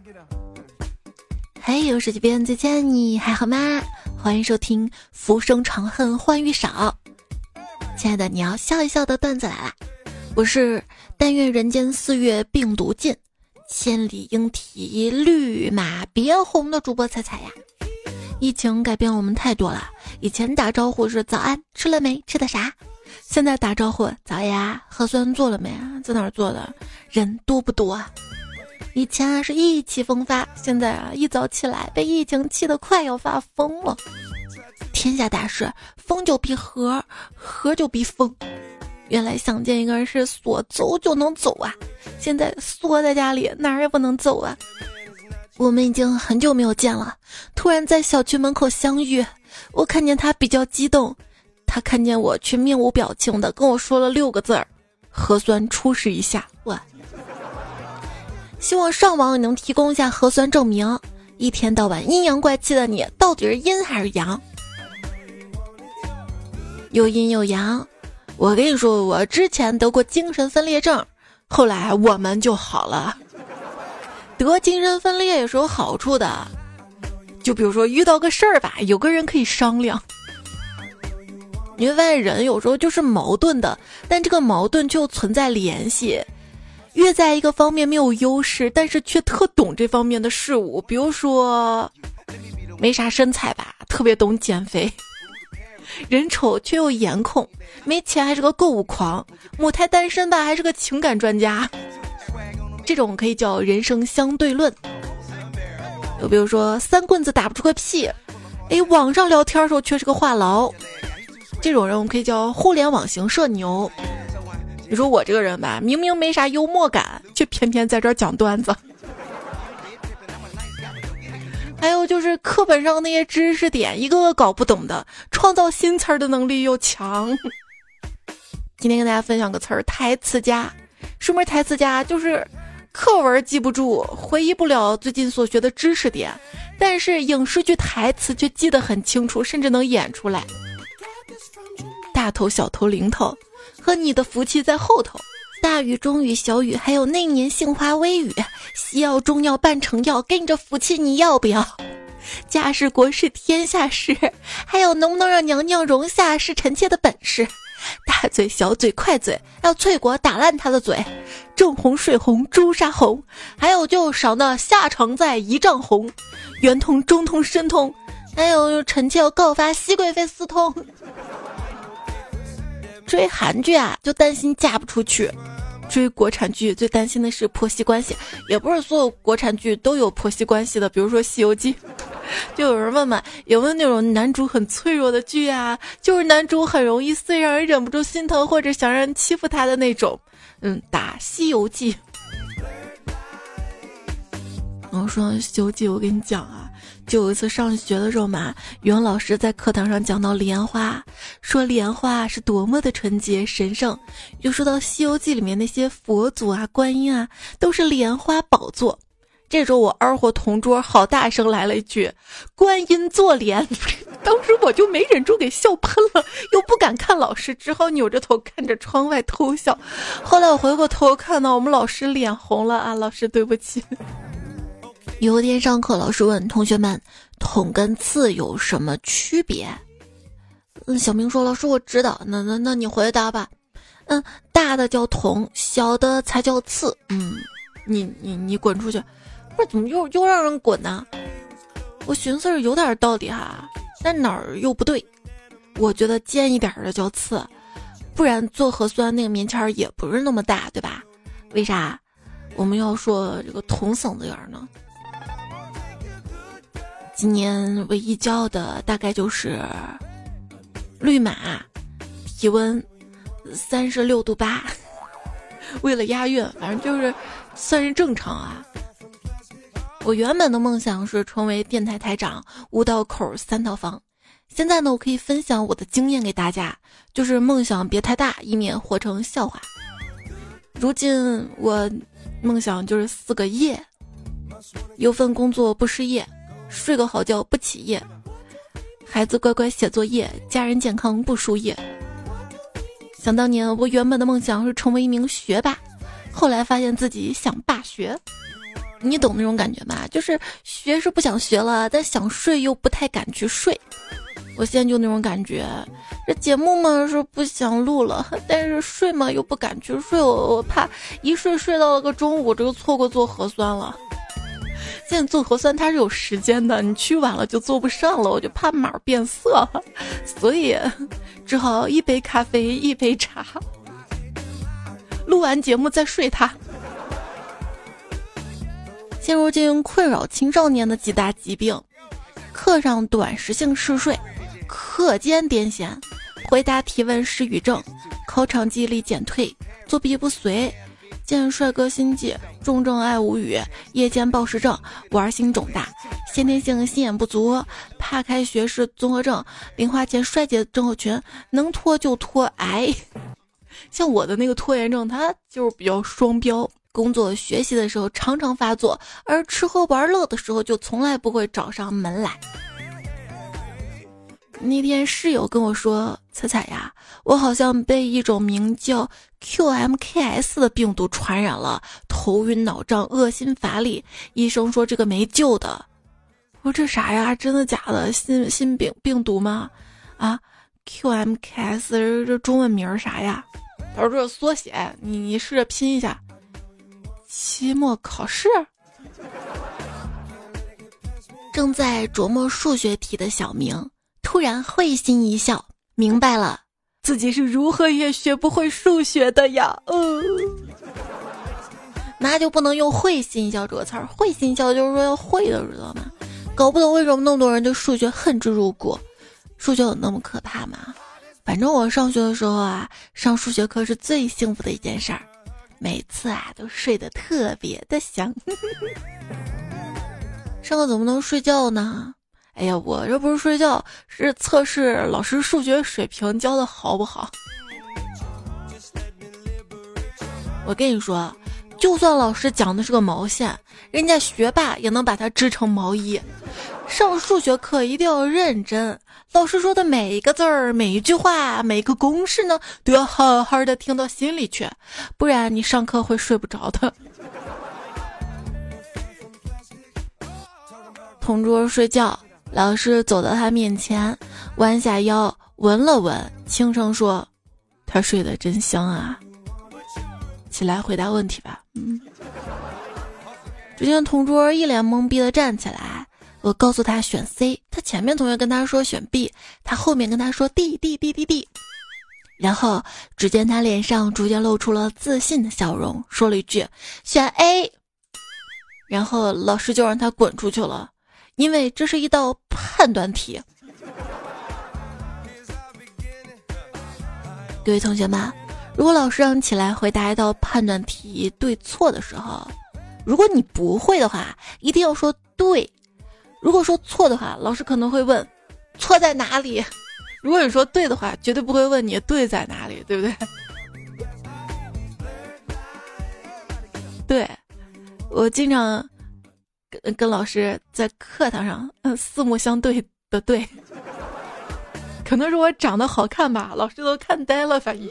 嘿，我是这边最亲爱的你还好吗？欢迎收听浮生长恨欢愉少。亲爱的，你要笑一笑的段子来了。我是但愿人间四月病毒尽，千里莺啼绿马别红的主播彩彩呀。疫情改变我们太多了，以前打招呼是早安，吃了没，吃的啥？现在打招呼早呀，核酸做了没啊？在哪儿做的？人多不多啊？以前啊是意气风发，现在啊一早起来被疫情气得快要发疯了。天下大事，风就避河，河就避风。原来想见一个人是说走就能走啊，现在缩在家里哪儿也不能走啊。我们已经很久没有见了，突然在小区门口相遇，我看见他比较激动，他看见我却面无表情的跟我说了6个字儿：核酸出示一下。哇！希望上网也能提供一下核酸证明。一天到晚阴阳怪气的你，到底是阴还是阳？有阴有阳。我跟你说，我之前得过精神分裂症，后来我们就好了。得精神分裂也是有好处的，就比如说遇到个事儿吧，有个人可以商量。你会发现人有时候就是矛盾的，但这个矛盾却又存在联系。越在一个方面没有优势，但是却特懂这方面的事物，比如说没啥身材吧，特别懂减肥；人丑却又颜控，没钱还是个购物狂；母胎单身吧，还是个情感专家。这种可以叫人生相对论。又比如说三棍子打不出个屁，网上聊天的时候却是个话痨。这种人我们可以叫互联网型社牛。你说我这个人吧，明明没啥幽默感，却偏偏在这儿讲段子。还有就是课本上那些知识点一个个搞不懂的，创造新词儿的能力又强。今天跟大家分享个词儿，台词家。什么是台词家？就是课文记不住，回忆不了最近所学的知识点，但是影视剧台词却记得很清楚，甚至能演出来。大头小头零头和你的福气在后头，大雨中雨小雨，还有那年杏花微雨，西药中药半成药，给你这福气你要不要？家事国事天下事，还有能不能让娘娘容下是臣妾的本事。大嘴小嘴快嘴，要脆果打烂他的嘴，正红水红朱砂红，还有就少那下常在一丈红，圆通中通深通，还有臣妾要告发熹贵妃私通。追韩剧啊，就担心嫁不出去；追国产剧最担心的是婆媳关系。也不是所有国产剧都有婆媳关系的，比如说《西游记》。就有人问嘛，有没有那种男主很脆弱的剧啊？就是男主很容易碎，让人忍不住心疼，或者想让人欺负他的那种。打《西游记》。我说《西游记》，我跟你讲啊，就有一次上学的时候嘛，语文老师在课堂上讲到莲花，说莲花是多么的纯洁神圣，又说到《西游记》里面那些佛祖啊、观音啊，都是莲花宝座。这时候我二货同桌好大声来了一句：“观音坐莲。”当时我就没忍住给笑喷了，又不敢看老师，只好扭着头看着窗外偷笑。后来我回过头看到我们老师脸红了啊，老师对不起。有一天上课，老师问同学们筒跟刺有什么区别？小明说：“老师我知道。”那你回答吧。大的叫筒，小的才叫刺。你滚出去！不是，怎么又让人滚呢？我寻思是有点道理哈，但哪儿又不对。我觉得尖一点的叫刺，不然做核酸那个棉签也不是那么大，对吧？为啥我们要说这个筒嗓子眼呢？今年唯一骄傲的大概就是绿马，体温36度8，为了押韵，反正就是算是正常啊。我原本的梦想是成为电台台长，5道口3套房。现在呢，我可以分享我的经验给大家，就是梦想别太大，以免活成笑话。如今我梦想就是4个夜：有份工作不失业，睡个好觉不起夜，孩子乖乖写作业，家人健康不输液。想当年我原本的梦想是成为一名学霸，后来发现自己想罢学。 你懂那种感觉吗？就是学是不想学了，但想睡又不太敢去睡。我现在就那种感觉，这节目嘛是不想录了，但是睡嘛又不敢去睡，我怕一睡到了个中午，这个错过做核酸了。现在做核酸它是有时间的，你去晚了就做不上了，我就怕码变色，所以只好一杯咖啡一杯茶，录完节目再睡它。现如今困扰青少年的几大疾病：课上短时性嗜睡，课间癫痫，回答提问失语症，考场记忆力减退，作弊不遂，见帅哥心悸，重症爱无语，夜间暴食症，玩心肿大，先天性心眼不足，怕开学式综合症，零花钱衰竭症候群，能拖就拖，癌。像我的那个拖延症，它就是比较双标，工作学习的时候常常发作，而吃喝玩乐的时候就从来不会找上门来。那天室友跟我说，彩彩呀，我好像被一种名叫 QMKS 的病毒传染了，头晕脑胀，恶心乏力，医生说这个没救的。我说这啥呀？真的假的？新病毒吗？啊 QMKS 这中文名啥呀？他说这缩写，你试着拼一下。期末考试。正在琢磨数学题的小明突然会心一笑，明白了自己是如何也学不会数学的呀。那就不能用会心一笑这个词儿，会心一笑就是说要会的，知道吗？搞不懂为什么那么多人对数学恨之入骨。数学有那么可怕吗？反正我上学的时候啊，上数学课是最幸福的一件事儿，每次啊都睡得特别的香。上课怎么能睡觉呢？哎呀，我这不是睡觉，是测试老师数学水平教的好不好。我跟你说，就算老师讲的是个毛线，人家学霸也能把它织成毛衣。上数学课一定要认真，老师说的每一个字儿、每一句话、每一个公式呢，都要好好的听到心里去，不然你上课会睡不着的。同桌睡觉，老师走到他面前，弯下腰闻了闻，轻声说：“他睡得真香啊。”起来回答问题吧。只见同桌一脸懵逼的站起来，我告诉他选 C， 他前面同学跟他说选 B， 他后面跟他说 D。 然后只见他脸上逐渐露出了自信的笑容，说了一句选 A， 然后老师就让他滚出去了，因为这是一道判断题。各位同学们，如果老师让你起来回答一道判断题对错的时候，如果你不会的话，一定要说对。如果说错的话，老师可能会问错在哪里。如果你说对的话，绝对不会问你对在哪里，对不对？对，我经常跟老师在课堂上四目相对的对，可能是我长得好看吧，老师都看呆了。反正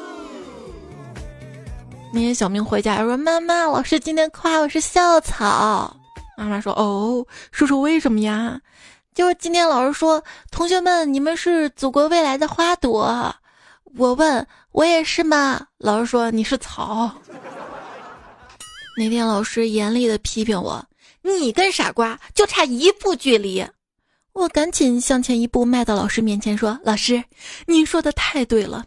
那天小明回家说，妈妈，老师今天夸我是校草。妈妈说，哦，叔叔为什么呀？就是今天老师说，同学们，你们是祖国未来的花朵。我问，我也是吗？老师说，你是草。那天老师严厉的批评我，你跟傻瓜就差一步距离。我赶紧向前一步迈到老师面前说，老师，您说的太对了。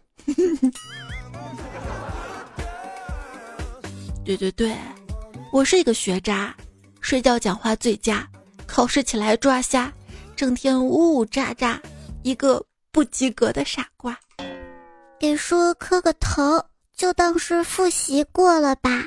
对，我是一个学渣，睡觉讲话最佳，考试起来抓瞎，整天呜呜喳喳，一个不及格的傻瓜。 给书磕个头，就当是复习过了吧。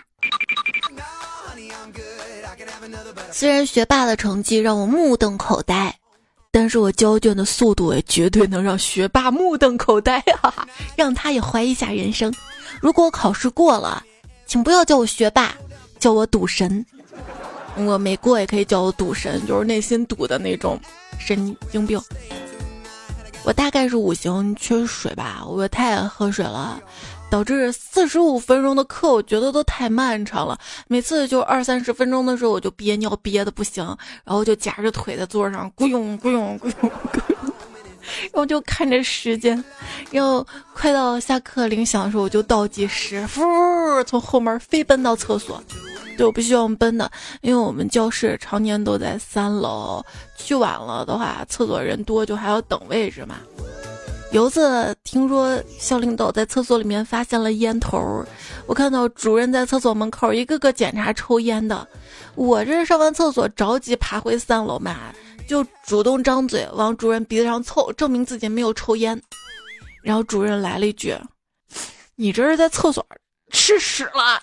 虽然学霸的成绩让我目瞪口呆，但是我交卷的速度也绝对能让学霸目瞪口呆啊，让他也怀疑一下人生。如果我考试过了，请不要叫我学霸，叫我赌神。我没过也可以叫我赌神，就是内心赌的那种神经病。我大概是5行缺水吧，我太爱喝水了， 导致45分钟的课我觉得都太漫长了，每次就20-30分钟的时候我就憋尿憋的不行，然后就夹着腿在座上咕涌咕涌咕涌咕涌，然后就看着时间，然后快到下课铃响的时候我就倒计时，从后门飞奔到厕所。对，我不需要我们奔的，因为我们教室常年都在3楼，去晚了的话厕所人多就还要等位置嘛。有一次听说校领导在厕所里面发现了烟头，我看到主任在厕所门口一个个检查抽烟的，我这上完厕所着急爬回3楼嘛，就主动张嘴往主任鼻子上凑，证明自己没有抽烟。然后主任来了一句：“你这是在厕所吃屎了。”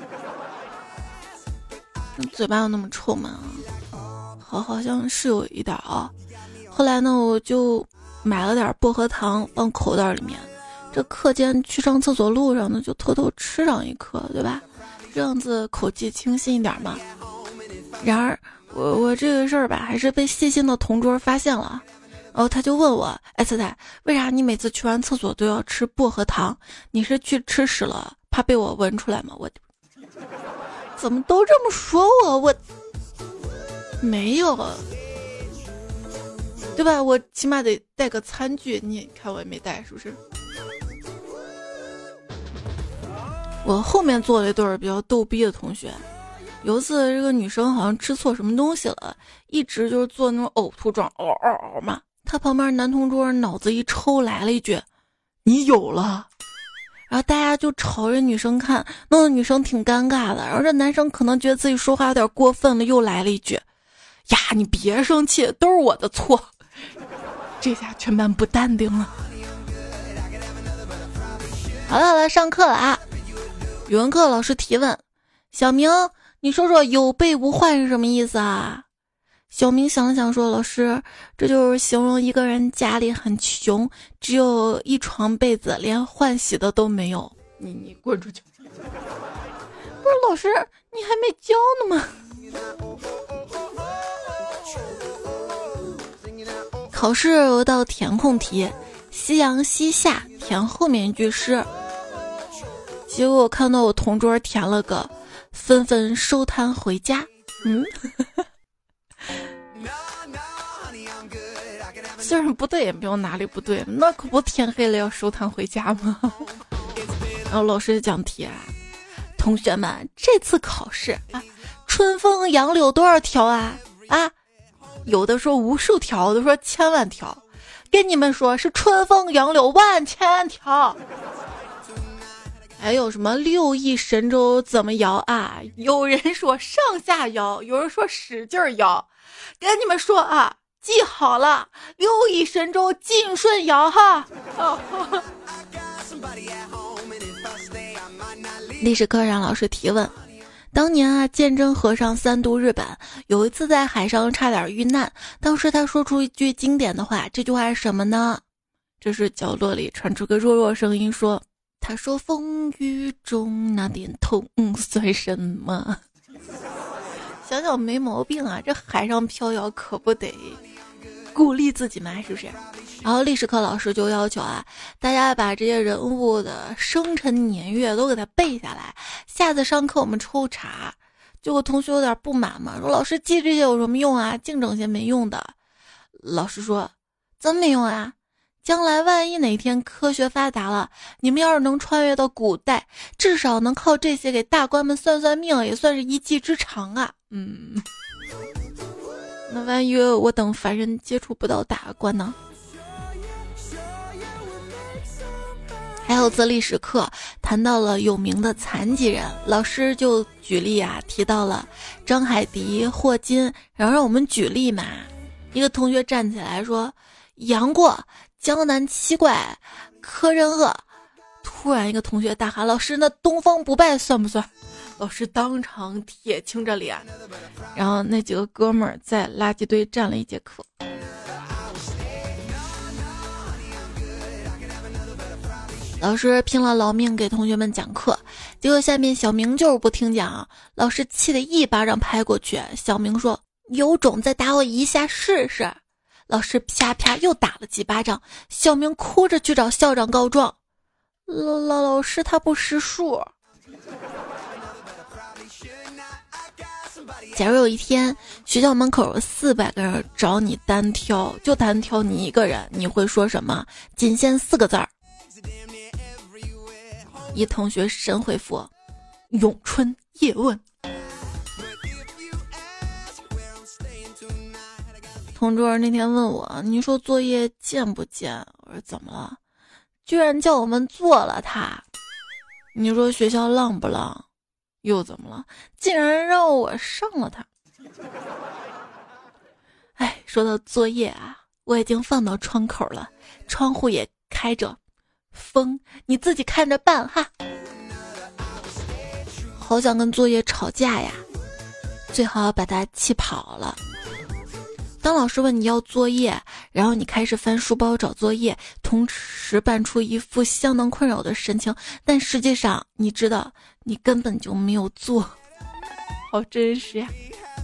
嘴巴有那么臭吗？好像是有一点啊。后来呢，我就买了点薄荷糖放口袋里面，这课间去上厕所路上呢，就偷偷吃上一颗，对吧？这样子口气清新一点嘛。然而我这个事儿吧，还是被细心的同桌发现了。然后他就问我：“哎，菜菜，为啥你每次去完厕所都要吃薄荷糖？你是去吃屎了，怕被我闻出来吗？”我怎么都这么说我没有，对吧？我起码得带个餐具，你看我也没带，是不是？我后面坐了一对比较逗逼的同学，有一次这个女生好像吃错什么东西了，一直就是做那种呕吐状，嗷嗷嗷嘛。她旁边男同桌脑子一抽来了一句：“你有了。”然后大家就朝着女生看，弄得女生挺尴尬的。然后这男生可能觉得自己说话有点过分了，又来了一句：“呀，你别生气，都是我的错。”这下全班不淡定了。好了，上课了啊！语文课老师提问：“小明，你说说有备无患是什么意思啊？”小明想了想说：“老师，这就是形容一个人家里很穷，只有一床被子，连换洗的都没有。”你滚出去！不是老师，你还没教呢吗？考试有道填空题，夕阳西下，填后面一句诗。结果我看到我同桌填了个纷纷收摊回家。虽然不对，也没有哪里不对，那可不天黑了要收摊回家吗？然后老师讲题啊，同学们，这次考试啊，春风杨柳多少条啊？有的说无数条，有的说千万条，跟你们说是春风杨柳万千条。还有什么6亿神州怎么摇啊？有人说上下摇，有人说使劲摇。跟你们说啊，记好了，6亿神州尽顺摇哈。历史课让老师提问：当年啊，鉴真和尚3渡日本，有一次在海上差点遇难，当时他说出一句经典的话，这句话是什么呢？这时角落里传出个弱弱声音说：“他说风雨中那点痛算什么？”想想没毛病啊，这海上飘摇可不得鼓励自己嘛，是不是？然后历史课老师就要求啊，大家把这些人物的生辰年月都给他背下来，下次上课我们抽查。结果同学有点不满嘛，说老师记这些有什么用啊，净整些没用的。老师说怎么没用啊？将来万一哪天科学发达了，你们要是能穿越到古代，至少能靠这些给大官们算算命，也算是一技之长啊。那万一我等凡人接触不到大官呢？还有次历史课谈到了有名的残疾人，老师就举例啊，提到了张海迪、霍金，然后让我们举例嘛。一个同学站起来说：“杨过、江南七怪、柯镇恶。”突然一个同学大喊：“老师，那东方不败算不算？”老师当场铁青着脸，然后那几个哥们儿在垃圾堆站了一节课。老师拼了老命给同学们讲课，结果下面小明就是不听讲，老师气得一巴掌拍过去。小明说：“有种再打我一下试试。”老师啪啪又打了几巴掌，小明哭着去找校长告状。 老师他不识数。假如有一天学校门口400个人找你单挑，就单挑你一个人，你会说什么？仅限4个字儿。一同学神回复：咏春叶问。同桌那天问我，你说作业贱不贱？我说怎么了？居然叫我们做了它。你说学校浪不浪？又怎么了？竟然让我上了它。哎，说到作业啊，我已经放到窗口了，窗户也开着，风你自己看着办哈。好想跟作业吵架呀，最好把它气跑了。当老师问你要作业，然后你开始翻书包找作业，同时扮出一副相当困扰的神情，但实际上你知道你根本就没有做。好真实呀。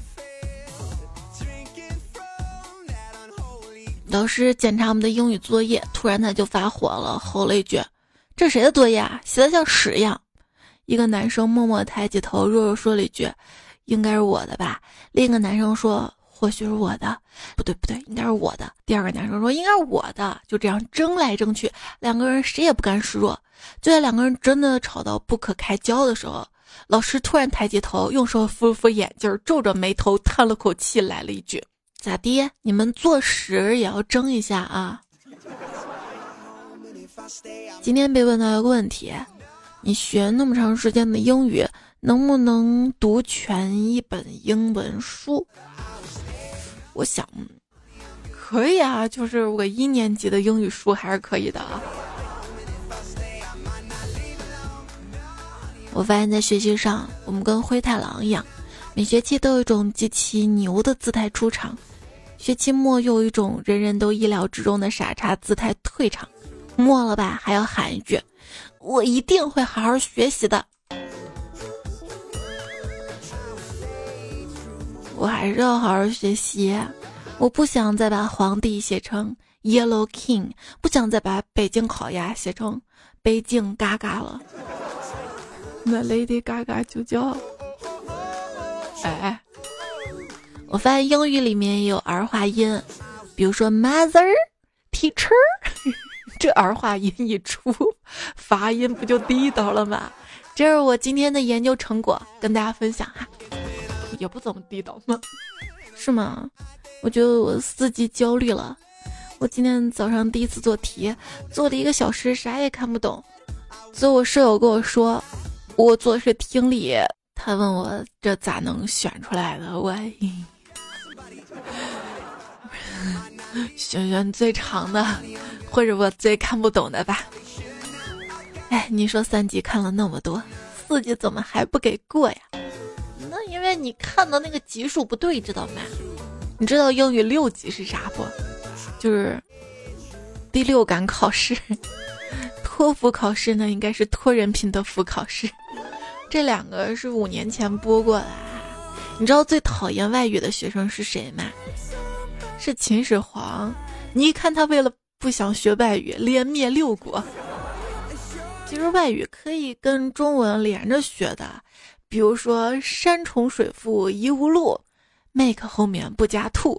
老师检查我们的英语作业，突然他就发火了，吼了一句：这谁的作业啊，写的像屎一样。一个男生默默抬起头，弱弱说了一句：应该是我的吧。另一个男生说：或许是我的。不对，应该是我的。第二个男生说：应该是我的。就这样争来争去，两个人谁也不甘示弱。就在两个人真的吵到不可开交的时候，老师突然抬起头，用手扶了扶眼镜，皱着眉头叹了口气，来了一句：咋地？你们做屎也要争一下啊。今天被问到一个问题，你学那么长时间的英语，能不能读全一本英文书？我想可以啊，就是我1年级的英语书还是可以的啊。我发现在学习上，我们跟灰太狼一样，每学期都有一种极其牛的姿态出场，学期末又有一种人人都意料之中的傻叉姿态退场，末了吧还要喊一句：我一定会好好学习的。我还是要好好学习，我不想再把皇帝写成 Yellow King， 不想再把北京烤鸭写成北京嘎嘎了。那 Lady Gaga 就叫我发现英语里面也有儿化音，比如说 mother teacher 这儿化音一出，发音不就地道了吗？这是我今天的研究成果，跟大家分享哈。也不怎么地道吗？是吗？我觉得我4级焦虑了。我今天早上第一次做题，做了1个小时，啥也看不懂。所以我舍友跟我说，我做的是听力，他问我这咋能选出来的，我选最长的，或者我最看不懂的吧。哎，你说3级看了那么多，4级怎么还不给过呀？那因为你看到那个级数不对，知道吗？你知道英语6级是啥不？就是第6感考试。托福考试呢，应该是托人品的福考试。这2个是5年前播过的。你知道最讨厌外语的学生是谁吗？是秦始皇。你一看他为了不想学外语，连灭6国。其实外语可以跟中文连着学的，比如说山重水复疑无路， make 后面不加 to。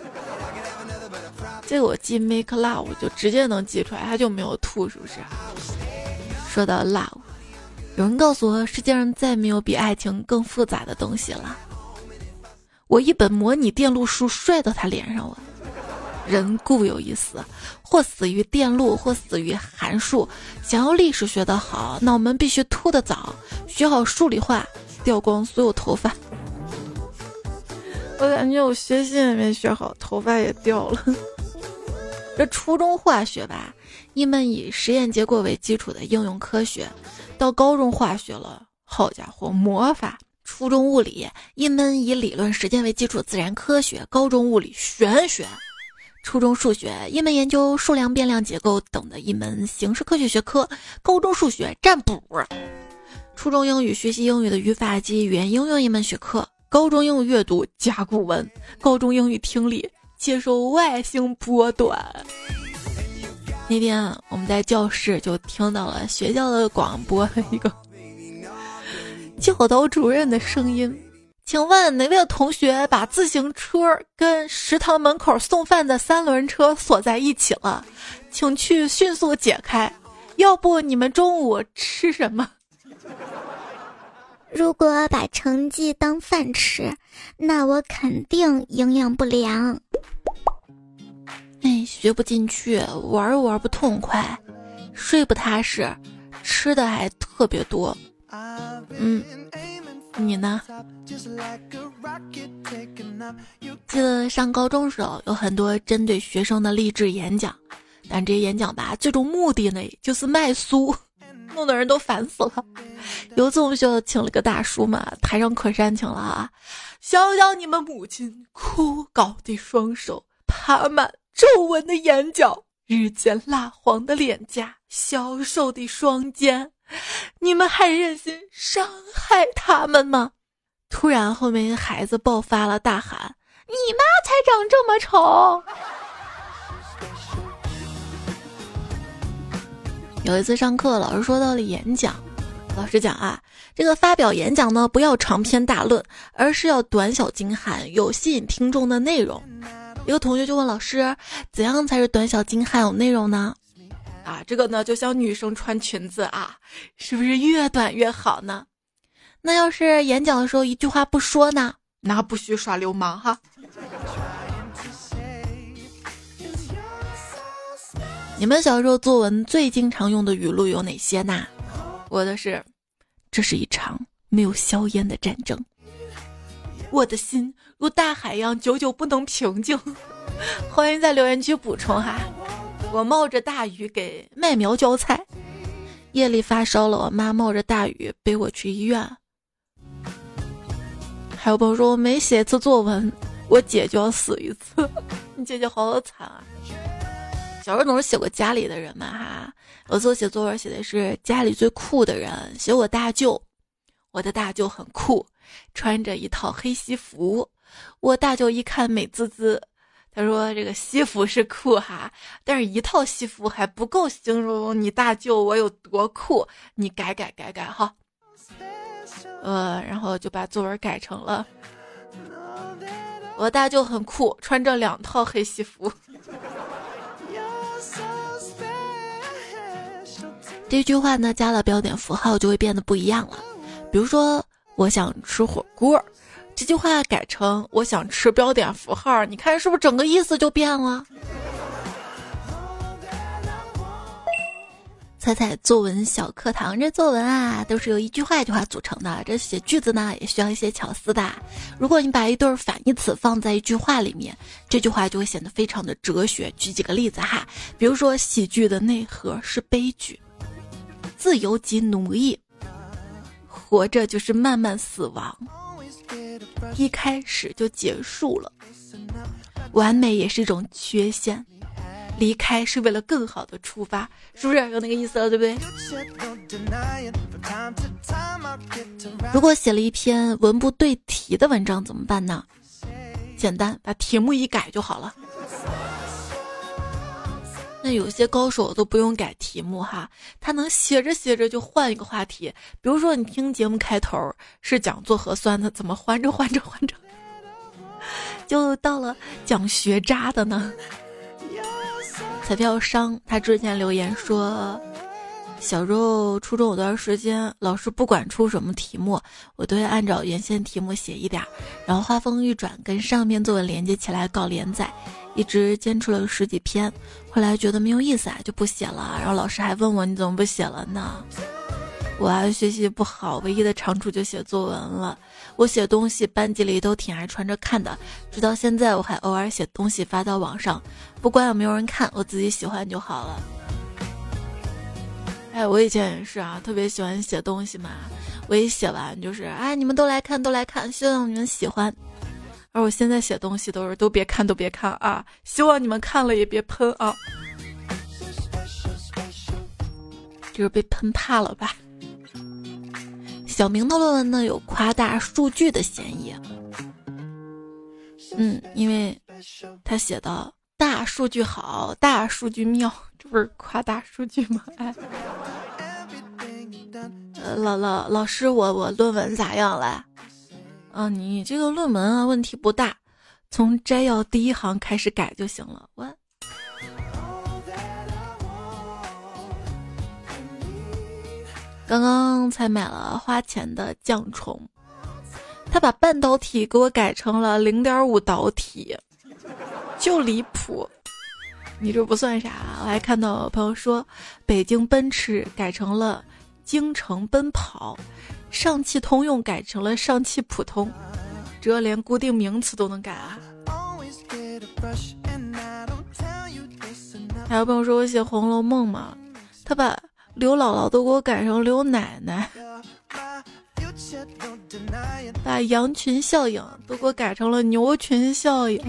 这个我记 make love 就直接能记出来，它就没有 to， 是不是？说到 love， 有人告诉我世界上再没有比爱情更复杂的东西了。我一本模拟电路书摔到他脸上了。人固有一死，或死于电路，或死于函数。想要历史学得好，脑门必须秃得早，学好数理化，掉光所有头发。我感觉我学习也没学好，头发也掉了。这初中化学吧，一门以实验结果为基础的应用科学，到高中化学了，好家伙，魔法。初中物理，一门以理论实践为基础的自然科学，高中物理玄学。初中数学，一门研究数量变量结构等的一门形式科学学科，高中数学占卜。初中英语，学习英语的语法及语言应用一门学科，高中英语阅读甲骨文，高中英语听力接受外星波段。 那天我们在教室就听到了学校的广播的一个教导主任的声音，请问哪位同学把自行车跟食堂门口送饭的3轮车锁在一起了，请去迅速解开，要不你们中午吃什么？ 如果把成绩当饭吃，那我肯定营养不良。 学不进去，玩玩不痛快，睡不踏实，吃的还特别多。你呢？记得上高中时候有很多针对学生的励志演讲，但这些演讲吧，最终目的呢就是卖书，弄得人都烦死了。有一次我们学校请了个大叔嘛，台上可煽情了啊！想想你们母亲枯槁的双手，爬满皱纹的眼角，日渐蜡黄的脸颊，消瘦的双肩，你们还忍心伤害他们吗？突然后面孩子爆发了，大喊：你妈才长这么丑！有一次上课，老师说到了演讲，老师讲啊，这个发表演讲呢，不要长篇大论，而是要短小精悍，有吸引听众的内容。一个同学就问老师，怎样才是短小精悍有内容呢？这个呢就像女生穿裙子啊，是不是越短越好呢？那要是演讲的时候一句话不说呢，那不许耍流氓哈。你们小时候作文最经常用的语录有哪些呢？我的是，这是一场没有硝烟的战争，我的心如大海一样久久不能平静。欢迎在留言区补充哈。我冒着大雨给麦苗浇菜，夜里发烧了，我妈冒着大雨背我去医院。还有朋友说我每写一次作文，我姐就要死一次。你姐姐好惨啊！小时候总是写过家里的人嘛哈。有次我写作文写的是家里最酷的人，写我大舅。我的大舅很酷，穿着一套黑西服。我大舅一看美滋滋，他说这个西服是酷哈，但是一套西服还不够形容你大舅我有多酷，你改哈。然后就把作文改成了我大舅很酷，穿着2套黑西服。这句话呢加了标点符号就会变得不一样了。比如说我想吃火锅，这句话改成我想吃标点符号，你看是不是整个意思就变了？彩彩作文小课堂，这作文啊都是由一句话一句话组成的，这写句子呢也需要一些巧思的。如果你把一对反义词放在一句话里面，这句话就会显得非常的哲学。举几个例子哈，比如说喜剧的内核是悲剧，自由即奴役，活着就是慢慢死亡，一开始就结束了，完美也是一种缺陷，离开是为了更好的出发，是不是有那个意思了，对不对？如果写了一篇文不对题的文章怎么办呢？简单，把题目一改就好了。那有些高手都不用改题目哈，他能写着写着就换一个话题。比如说你听节目开头是讲做核酸的，怎么换着就到了讲学渣的呢？彩票商他之前留言说，小时候初中有段时间老师不管出什么题目，我都会按照原先题目写一点，然后话锋一转跟上面作文连接起来搞连载，一直坚持了10几篇，后来觉得没有意思啊，就不写了。然后老师还问我你怎么不写了呢？我学习不好，唯一的长处就写作文了。我写东西班级里都挺爱传着看的，直到现在我还偶尔写东西发到网上，不管有没有人看，我自己喜欢就好了。我以前也是啊，特别喜欢写东西嘛，我一写完就是你们都来看，希望你们喜欢。而我现在写东西都别看啊，希望你们看了也别喷啊，就是被喷怕了吧。小明的论文呢有夸大数据的嫌疑，因为他写到大数据好，大数据妙，这不是夸大数据吗？哎，老师，我论文咋样了？你这个论文啊，问题不大，从摘要第一行开始改就行了。我刚刚才买了花钱的酱虫，他把半导体给我改成了0.5导体，就离谱。你这不算啥，我还看到朋友说北京奔驰改成了京城奔跑，上汽通用改成了上汽普通，这连固定名词都能改啊。还有朋友说我写《红楼梦》嘛，他把刘姥姥都给我改成刘奶奶，把羊群效应都给我改成了牛群效应。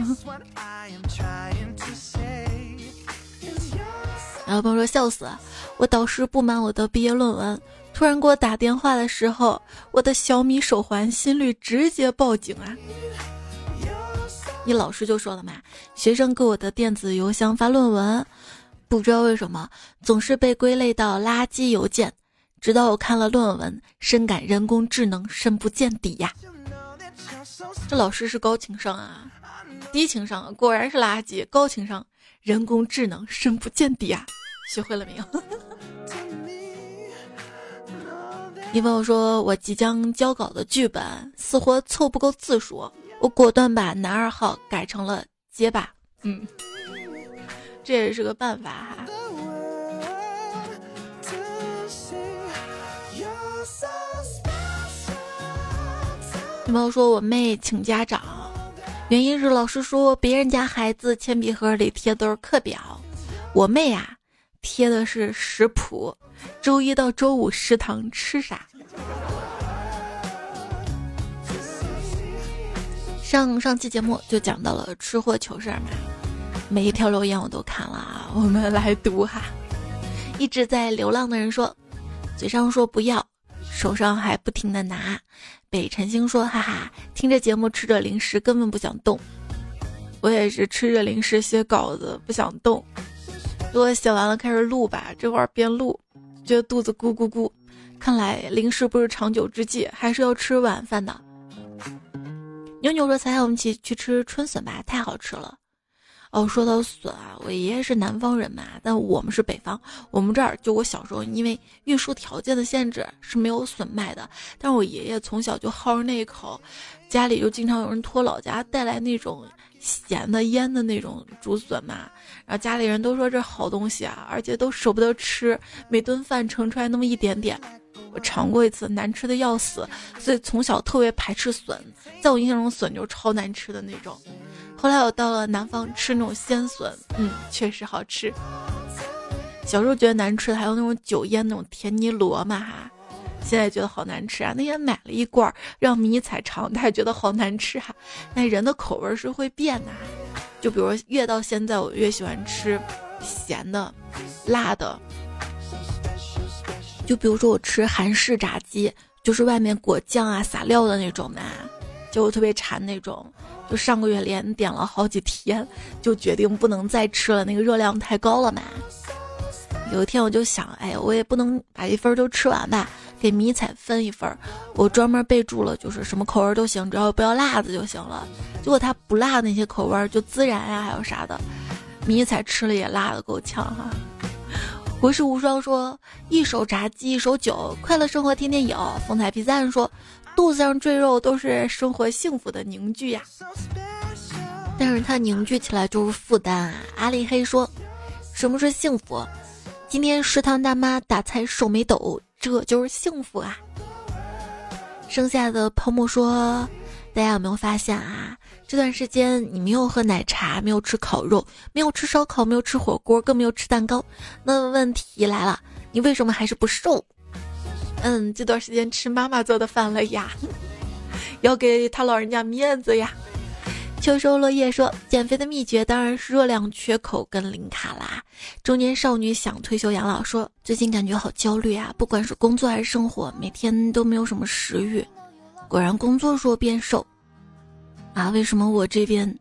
然后朋友说笑死，我导师不满我的毕业论文，突然给我打电话的时候，我的小米手环心率直接报警啊！你老师就说了嘛，学生给我的电子邮箱发论文，不知道为什么总是被归类到垃圾邮件，直到我看了论文，深感人工智能深不见底呀！这老师是高情商啊，低情商果然是垃圾，高情商人工智能深不见底啊！学会了没有？你朋友说我即将交稿的剧本死活凑不够字数，我果断把男2号改成了结巴。这也是个办法哈。你朋友说我妹请家长，原因是老师说别人家孩子铅笔盒里贴的都是课表，我妹啊贴的是食谱，周一到周五食堂吃啥。上期节目就讲到了吃货糗事儿嘛，每一条留言我都看了啊，我们来读哈。一直在流浪的人说，嘴上说不要，手上还不停的拿。北辰星说，哈哈，听着节目吃着零食根本不想动。我也是吃着零食写稿子不想动，如果写完了开始录吧，这会儿边录觉得肚子咕咕咕，看来零食不是长久之计，还是要吃晚饭的。牛牛说，才我们一起去吃春笋吧，太好吃了。说到笋啊，我爷爷是南方人嘛，但我们是北方，我们这儿就我小时候因为运输条件的限制是没有笋卖的，但是我爷爷从小就好着那一口，家里就经常有人托老家带来那种咸的腌的那种竹笋嘛，然后家里人都说这好东西啊，而且都舍不得吃，每顿饭盛出来那么一点点。我尝过一次，难吃的要死，所以从小特别排斥笋，在我印象中笋就是超难吃的那种。后来我到了南方吃那种鲜笋，确实好吃。小时候觉得难吃的还有那种酒腌那种甜泥螺嘛哈，现在觉得好难吃啊。那天买了一罐让迷彩尝，他也觉得好难吃哈。那人的口味是会变的，就比如越到现在我越喜欢吃咸的辣的，就比如说我吃韩式炸鸡，就是外面裹酱啊撒料的那种嘛，就我特别馋那种，就上个月连点了好几天，就决定不能再吃了，那个热量太高了嘛。有一天我就想，我也不能把一份都吃完吧，给迷彩分一份，我专门备注了，就是什么口味都行，只要不要辣的就行了。结果他不辣的那些口味就孜然呀还有啥的，迷彩吃了也辣的够呛哈。国士无双说，一手炸鸡一手酒，快乐生活天天有。风采披萨说，肚子上赘肉都是生活幸福的凝聚呀，但是它凝聚起来就是负担啊。阿里黑说，什么是幸福？今天食堂大妈打菜手没抖，这就是幸福啊。剩下的泡沫说，大家有没有发现啊，这段时间你没有喝奶茶，没有吃烤肉，没有吃烧烤，没有吃火锅，更没有吃蛋糕，那问题来了，你为什么还是不瘦？这段时间吃妈妈做的饭了呀，要给他老人家面子呀。秋收落叶说，减肥的秘诀当然是热量缺口跟零卡啦。中年少女想退休养老说，最近感觉好焦虑啊，不管是工作还是生活，每天都没有什么食欲。果然工作说变瘦啊，为什么我这边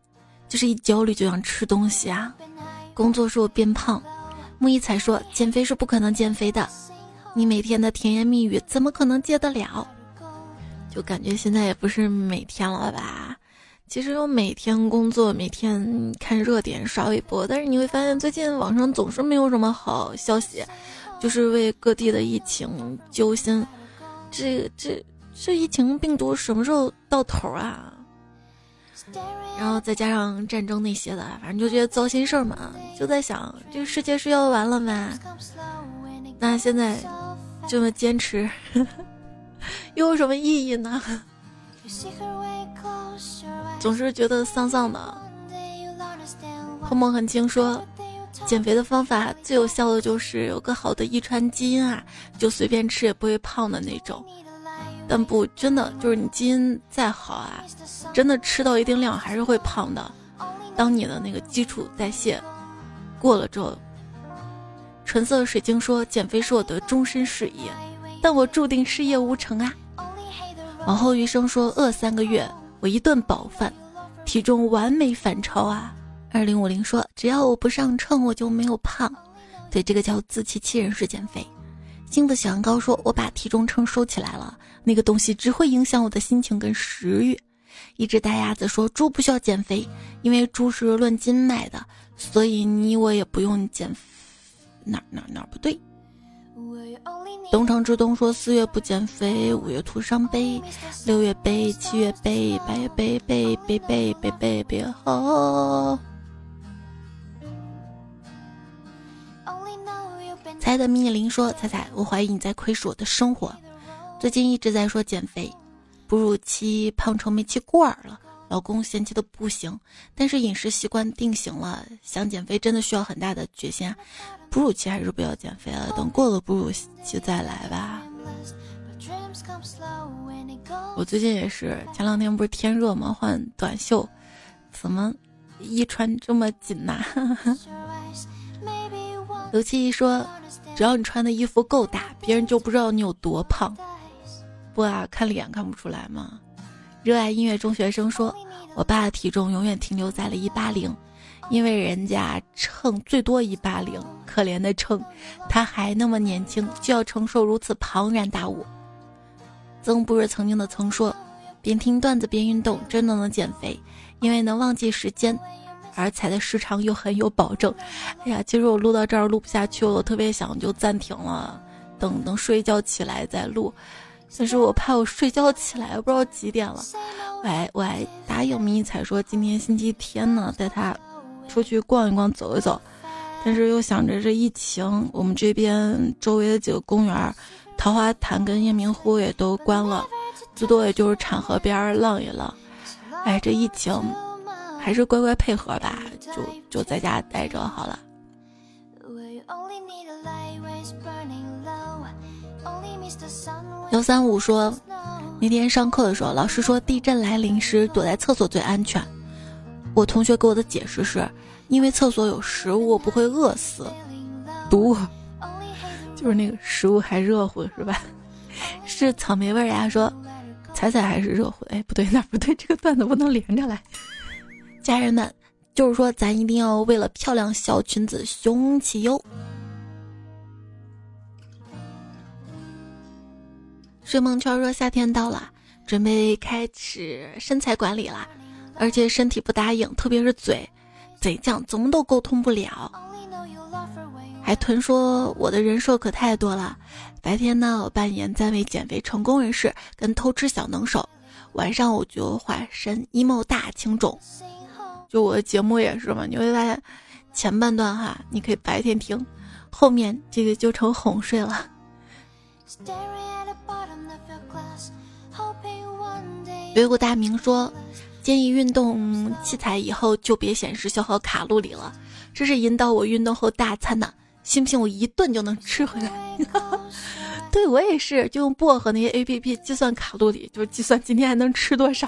就是一焦虑就想吃东西啊。工作说我变胖，木一彩说减肥是不可能减肥的，你每天的甜言蜜语怎么可能戒得了？就感觉现在也不是每天了吧。其实我每天工作，每天看热点刷微博，但是你会发现最近网上总是没有什么好消息，就是为各地的疫情揪心。这疫情病毒什么时候到头啊？然后再加上战争那些的，反正就觉得糟心事儿嘛，就在想这个世界是要完了吗？那现在这么坚持又有什么意义呢？总是觉得丧丧的。后梦很轻说，减肥的方法最有效的就是有个好的遗传基因啊，就随便吃也不会胖的那种。但不，真的就是你基因再好啊，真的吃到一定量还是会胖的。当你的那个基础代谢过了之后，纯色水晶说，减肥是我的终身事业，但我注定事业无成啊。往后余生说，饿3个月我一顿饱饭，体重完美反超啊。2050说，只要我不上秤我就没有胖，对，这个叫自欺欺人式减肥。幸福小羊羔说，我把体重秤收起来了，那个东西只会影响我的心情跟食欲。一只大鸭子说，猪不需要减肥，因为猪是论斤卖的，所以你我也不用减。哪不对。东城之东说，4月不减肥，5月徒伤悲，6月悲，7月悲，8月悲好。猜的米林说，猜，我怀疑你在窥视我的生活，最近一直在说减肥，哺乳期胖成煤气罐了，老公嫌弃的不行，但是饮食习惯定型了，想减肥真的需要很大的决心啊。哺乳期还是不要减肥了，等过了哺乳期再来吧。我最近也是，前2天不是天热吗，换短袖，怎么一穿这么紧呐？刘七一说，只要你穿的衣服够大，别人就不知道你有多胖。不啊，看脸看不出来吗？热爱音乐中学生说，我爸的体重永远停留在了180，因为人家称最多180，可怜的称，他还那么年轻就要承受如此庞然大物。曾不是曾经的曾说，边听段子边运动真的能减肥，因为能忘记时间，而踩的时长又很有保证。哎呀，其实我录到这儿录不下去，我特别想就暂停了，等睡觉起来再录，但是我怕我睡觉起来不知道几点了。我还答应迷彩说今天星期天呢，带他出去逛一逛走一走，但是又想着这疫情，我们这边周围的几个公园，桃花潭跟夜明湖也都关了，最多也就是浐河边浪一浪。哎，这疫情还是乖乖配合吧，就在家待着好了。135说，那天上课的时候，老师说地震来临时躲在厕所最安全。我同学给我的解释是，因为厕所有食物，不会饿死。毒，就是那个食物还热乎是吧？是草莓味呀。说彩还是热乎，哎，不对，那不对，这个段子不能连着来。家人们，就是说咱一定要为了漂亮小裙子雄起哟。睡梦圈说，夏天到了，准备开始身材管理了，而且身体不答应，特别是嘴，嘴犟怎么都沟通不了。海豚说，我的人设可太多了，白天呢我扮演3位减肥成功人士跟偷吃小能手，晚上我就化身 emo 大情种。就我的节目也是嘛，你会发现前半段哈你可以白天听，后面这个就成哄睡了。有一股大明说，建议运动器材以后就别显示消耗卡路里了，这是引导我运动后大餐的，信不信我一顿就能吃回来？对，我也是，就用薄荷那些 APP 计算卡路里，就是计算今天还能吃多少。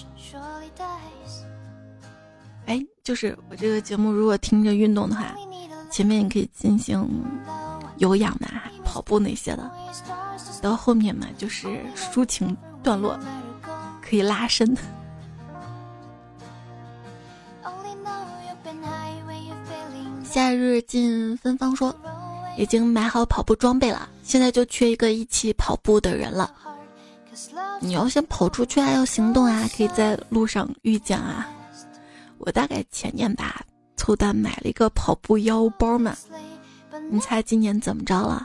哎，就是我这个节目如果听着运动的话，前面你可以进行有氧嘛，跑步那些的，到后面嘛就是抒情段落，可以拉伸。 夏日近芬芳说，已经买好跑步装备了，现在就缺一个一起跑步的人了。你要先跑出去啊，要行动啊，可以在路上遇见啊。我大概前年吧，凑单买了一个跑步腰包嘛，你猜今年怎么着了？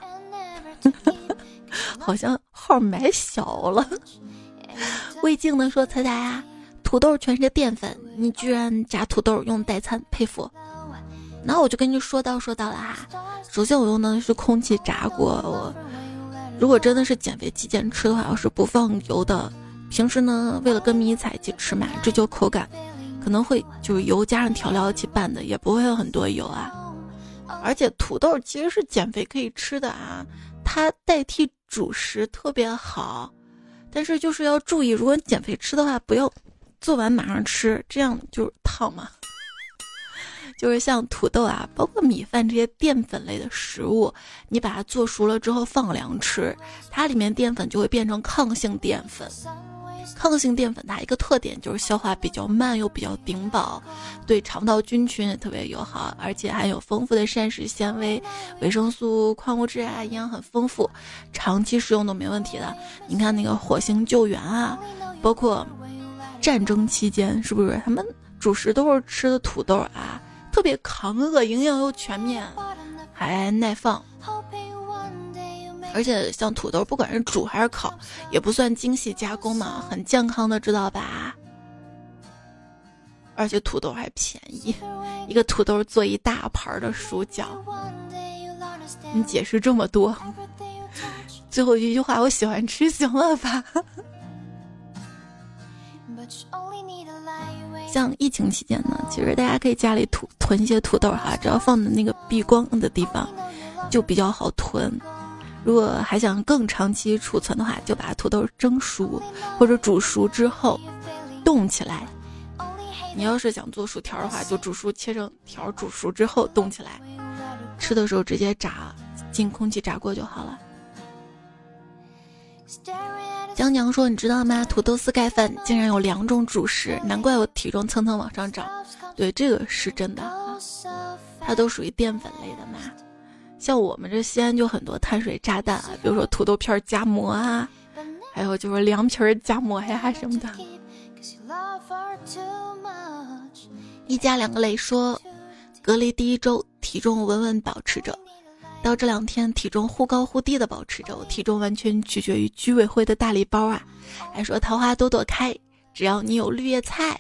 好像号买小了。魏静的说，彩彩啊，土豆全是淀粉，你居然炸土豆用代餐，佩服。那我就跟你说到了哈。首先我用的是空气炸锅，我如果真的是减肥期间吃的话，我是不放油的。平时呢，为了跟迷彩一起吃嘛，追求口感，可能会就是油加上调料一起拌的，也不会有很多油啊。而且土豆其实是减肥可以吃的啊，它代替主食特别好。但是就是要注意，如果你减肥吃的话，不要做完马上吃，这样就是烫嘛。就是像土豆啊，包括米饭这些淀粉类的食物，你把它做熟了之后放凉吃，它里面淀粉就会变成抗性淀粉。抗性淀粉它一个特点就是消化比较慢又比较顶饱，对肠道菌群也特别友好，而且含有丰富的膳食纤维、维生素、矿物质啊，营养很丰富，长期食用都没问题的。你看那个火星救援啊，包括战争期间是不是他们主食都是吃的土豆啊，特别抗饿，营养又全面，还耐放。而且像土豆不管是煮还是烤，也不算精细加工嘛，很健康的，知道吧？而且土豆还便宜，一个土豆做一大盘的薯饺。你解释这么多，最后一句话，我喜欢吃行了吧？像疫情期间呢，其实大家可以家里囤一些土豆哈，只要放在那个避光的地方就比较好囤。如果还想更长期储存的话，就把土豆蒸熟或者煮熟之后冻起来。你要是想做薯条的话，就煮熟切成条，煮熟之后冻起来，吃的时候直接炸进空气炸锅就好了。江娘说，你知道吗？土豆丝盖饭竟然有2种主食，难怪我体重蹭蹭往上涨。对，这个是真的，它都属于淀粉类的嘛。像我们这西安就很多碳水炸弹啊，比如说土豆片夹馍啊，还有就是凉皮夹馍呀什么的。一家2个类说，隔离第1周体重稳稳保持着，到这2天体重忽高忽低的保持着，我体重完全取决于居委会的大礼包啊。还说桃花朵朵开，只要你有绿叶菜。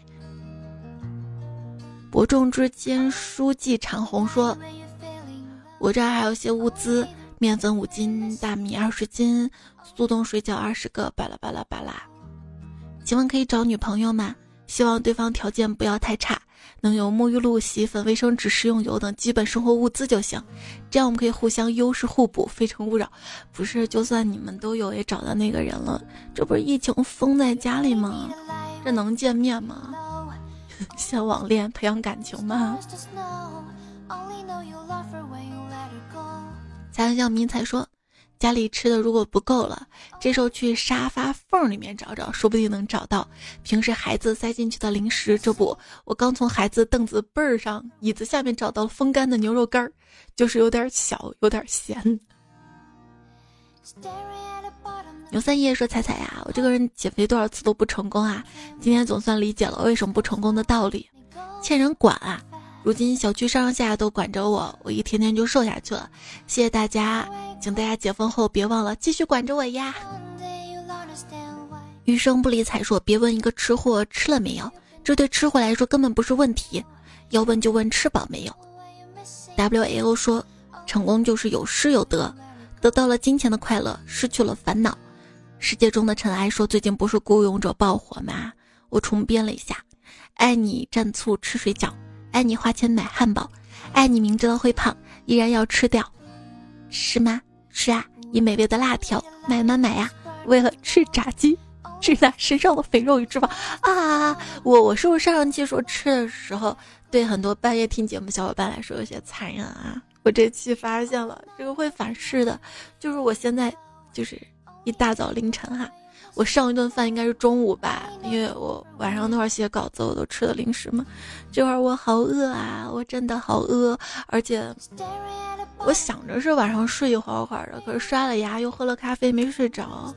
伯仲之间书记长虹说，我这儿还有些物资，面粉5斤，大米20斤，速冻水饺20个，巴拉巴拉巴拉。请问可以找女朋友吗？希望对方条件不要太差，能有沐浴露、洗衣粉、卫生纸、食用油等基本生活物资就行，这样我们可以互相优势互补，非诚勿扰。不是，就算你们都有也找到那个人了，这不是疫情封在家里吗？这能见面吗？先网恋培养感情吗？才像迷彩说，家里吃的如果不够了，这时候去沙发缝里面找找，说不定能找到平时孩子塞进去的零食。这不，我刚从孩子凳子背儿上椅子下面找到了风干的牛肉干，就是有点小有点咸。牛三爷说，彩彩呀，我这个人减肥多少次都不成功啊，今天总算理解了为什么不成功的道理，欠人管啊。如今小区上下都管着我，我一天天就瘦下去了。谢谢大家，请大家解封后别忘了继续管着我呀。余生不理睬说，别问一个吃货吃了没有，这对吃货来说根本不是问题，要问就问吃饱没有。WAO 说，成功就是有失有得，得到了金钱的快乐，失去了烦恼。世界中的尘埃说，最近不是孤勇者爆火吗？我重编了一下，爱你蘸醋吃水饺，爱你花钱买汉堡，爱你明知道会胖依然要吃掉。是吗？是啊，以美味的辣条买吗买呀，为了吃炸鸡，吃那身上的肥肉与脂肪啊！我是不是上期说吃的时候对很多半夜听节目小伙伴来说有些残忍啊？我这期发现了这个会反噬的，就是我现在就是一大早凌晨哈， 我上一顿饭应该是中午吧，因为我晚上那会儿写稿子，我都吃的零食嘛。这会儿我好饿啊，我真的好饿，而且我想着是晚上睡一会儿的，可是刷了牙又喝了咖啡没睡着，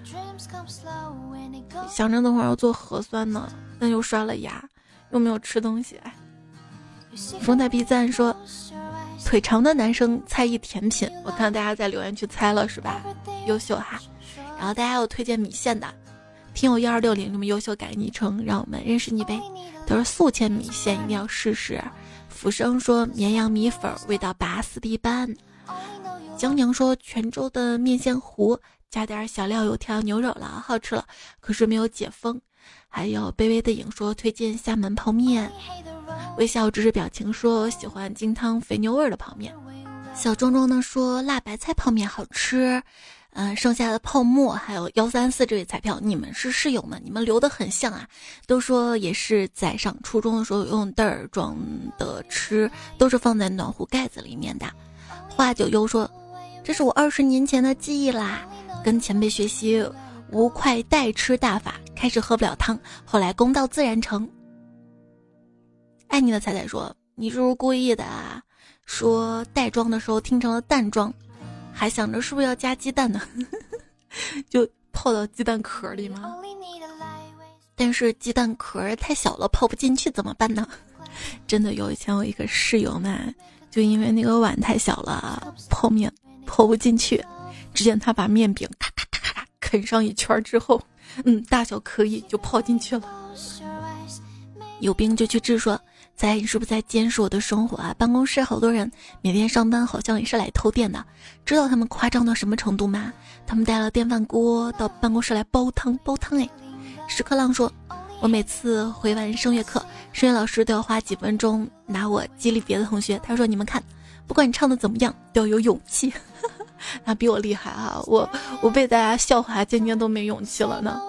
想着那会儿要做核酸呢，但又刷了牙，又没有吃东西。风太 B 赞说腿长的男生猜一甜品，我看大家在留言区猜了是吧？优秀哈。然后大家有推荐米线的，听友1260这么优秀改昵称，让我们认识你呗。都是素芡米线，一定要试试。浮生说绵阳米粉味道拔丝的一般。江娘说泉州的面线糊加点小料油条牛肉了，好吃了，可是没有解封。还有卑微的影说推荐厦门泡面。微笑只是表情说喜欢金汤肥牛味的泡面。小壮壮呢说辣白菜泡面好吃。剩下的泡沫还有134这位彩票，你们是室友吗？你们留得很像啊，都说也是在上初中的时候用袋儿装的吃，都是放在暖壶盖子里面的。花九优说这是我20年前的记忆啦，跟前辈学习无筷代吃大法，开始喝不了汤，后来功到自然成。爱你的彩彩说你是不是故意的啊，说袋装的时候听成了蛋装，还想着是不是要加鸡蛋呢就泡到鸡蛋壳里吗？但是鸡蛋壳太小了泡不进去怎么办呢？真的有以前有一个室友嘛，就因为那个碗太小了，泡面泡不进去，只见他把面饼咔咔咔咔啃上一圈之后，大小可以就泡进去了。有病就去治说在你是不是在监视我的生活啊？办公室好多人每天上班好像也是来偷电的，知道他们夸张到什么程度吗？他们带了电饭锅到办公室来煲汤哎。屎壳郎说我每次回完声乐课，声乐老师都要花几分钟拿我激励别的同学，他说你们看，不管你唱的怎么样都要有勇气他比我厉害啊，我被大家笑话今天都没勇气了呢。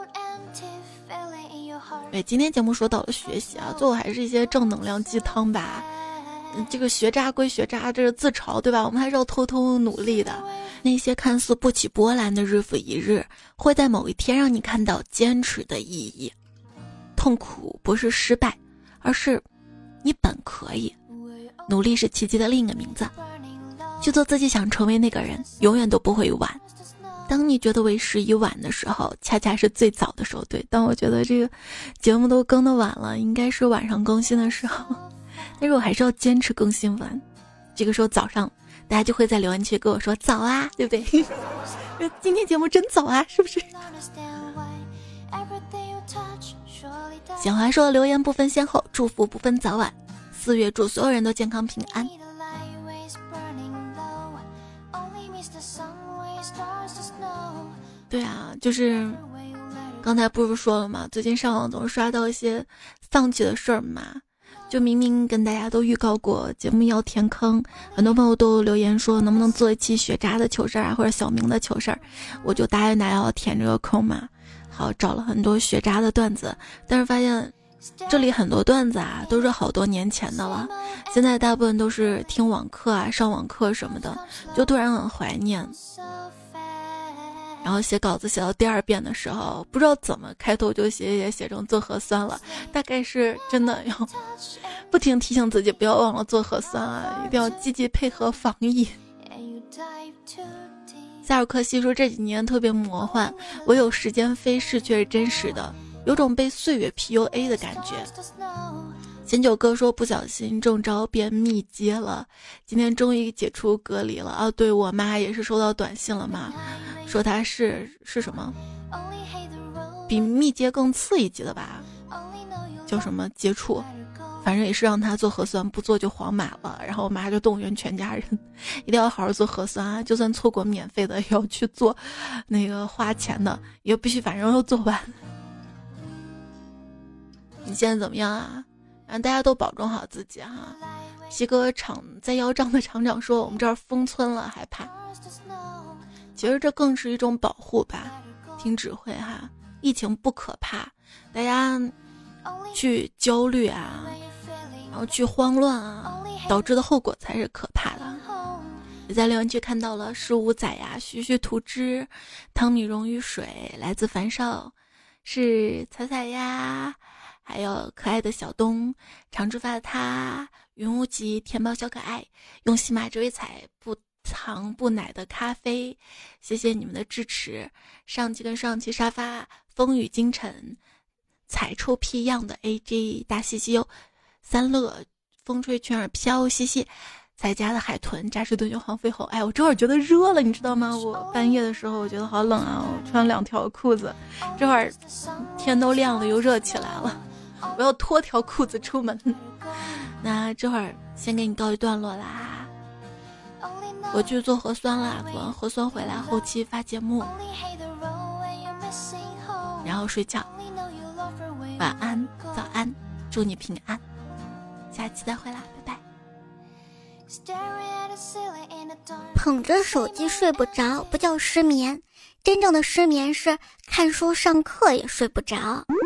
对，今天节目说到了学习啊，最后还是一些正能量鸡汤吧。这个学渣归学渣，这是自嘲对吧？我们还是要偷偷努力的。那些看似不起波澜的日复一日，会在某一天让你看到坚持的意义。痛苦不是失败，而是你本可以。努力是奇迹的另一个名字。去做自己想成为那个人，永远都不会晚。当你觉得为时已晚的时候，恰恰是最早的时候。对，但我觉得这个节目都更得晚了，应该是晚上更新的时候，但是我还是要坚持更新完。这个时候早上大家就会在留言区跟我说早啊，对不对今天节目真早啊，是不是？小华说留言不分先后，祝福不分早晚，4月祝所有人都健康平安。对啊，就是刚才不是说了吗？最近上网总是刷到一些丧气的事儿嘛，就明明跟大家都预告过节目要填坑，很多朋友都留言说能不能做一期学渣的糗事儿啊，或者小明的糗事儿，我就答应大家要填这个坑嘛。好，找了很多学渣的段子，但是发现这里很多段子啊都是好多年前的了，现在大部分都是听网课啊、上网课什么的，就突然很怀念。然后写稿子写到第2遍的时候，不知道怎么开头就写成做核酸了，大概是真的要不停提醒自己不要忘了做核酸啊，一定要积极配合防疫。夏尔克西说这几年特别魔幻，唯有时间飞逝却是真实的，有种被岁月 PUA 的感觉。贤九哥说不小心中招变密接了，今天终于解除隔离了啊！对，我妈也是收到短信了嘛，说她是什么比密接更次一级的吧，叫什么接触，反正也是让她做核酸，不做就黄码了。然后我妈就动员全家人一定要好好做核酸啊，就算错过免费的也要去做，那个花钱的也必须反正要做完。你现在怎么样啊？让大家都保重好自己哈。西哥厂在腰账的厂长说我们这儿封村了害怕，其实这更是一种保护吧，听指挥哈。疫情不可怕，大家去焦虑啊，然后去慌乱啊，导致的后果才是可怕的。 也在留言区看到了是五仔呀、徐徐图之、汤米溶于水、来自樊少，是彩彩呀，还有可爱的小东、长直发的他、云无极、甜宝小可爱、用喜马追彩不糖不奶的咖啡，谢谢你们的支持。上期跟上期沙发、风雨京城、踩臭屁样的 AJ 大西西哟、三乐、风吹犬儿飘西西。在家的海豚、扎实炖牛黄飞猴，哎，我这会儿觉得热了，你知道吗？我半夜的时候我觉得好冷啊，我穿2条裤子，这会儿天都亮了，又热起来了，我要脱条裤子出门。那这会儿先给你告一段落啦，我去做核酸啦，做完核酸回来后期发节目，然后睡觉，晚安，早安，祝你平安，下期再会啦，拜拜。 捧着手机睡不着不叫失眠，真正的失眠是看书上课也睡不着。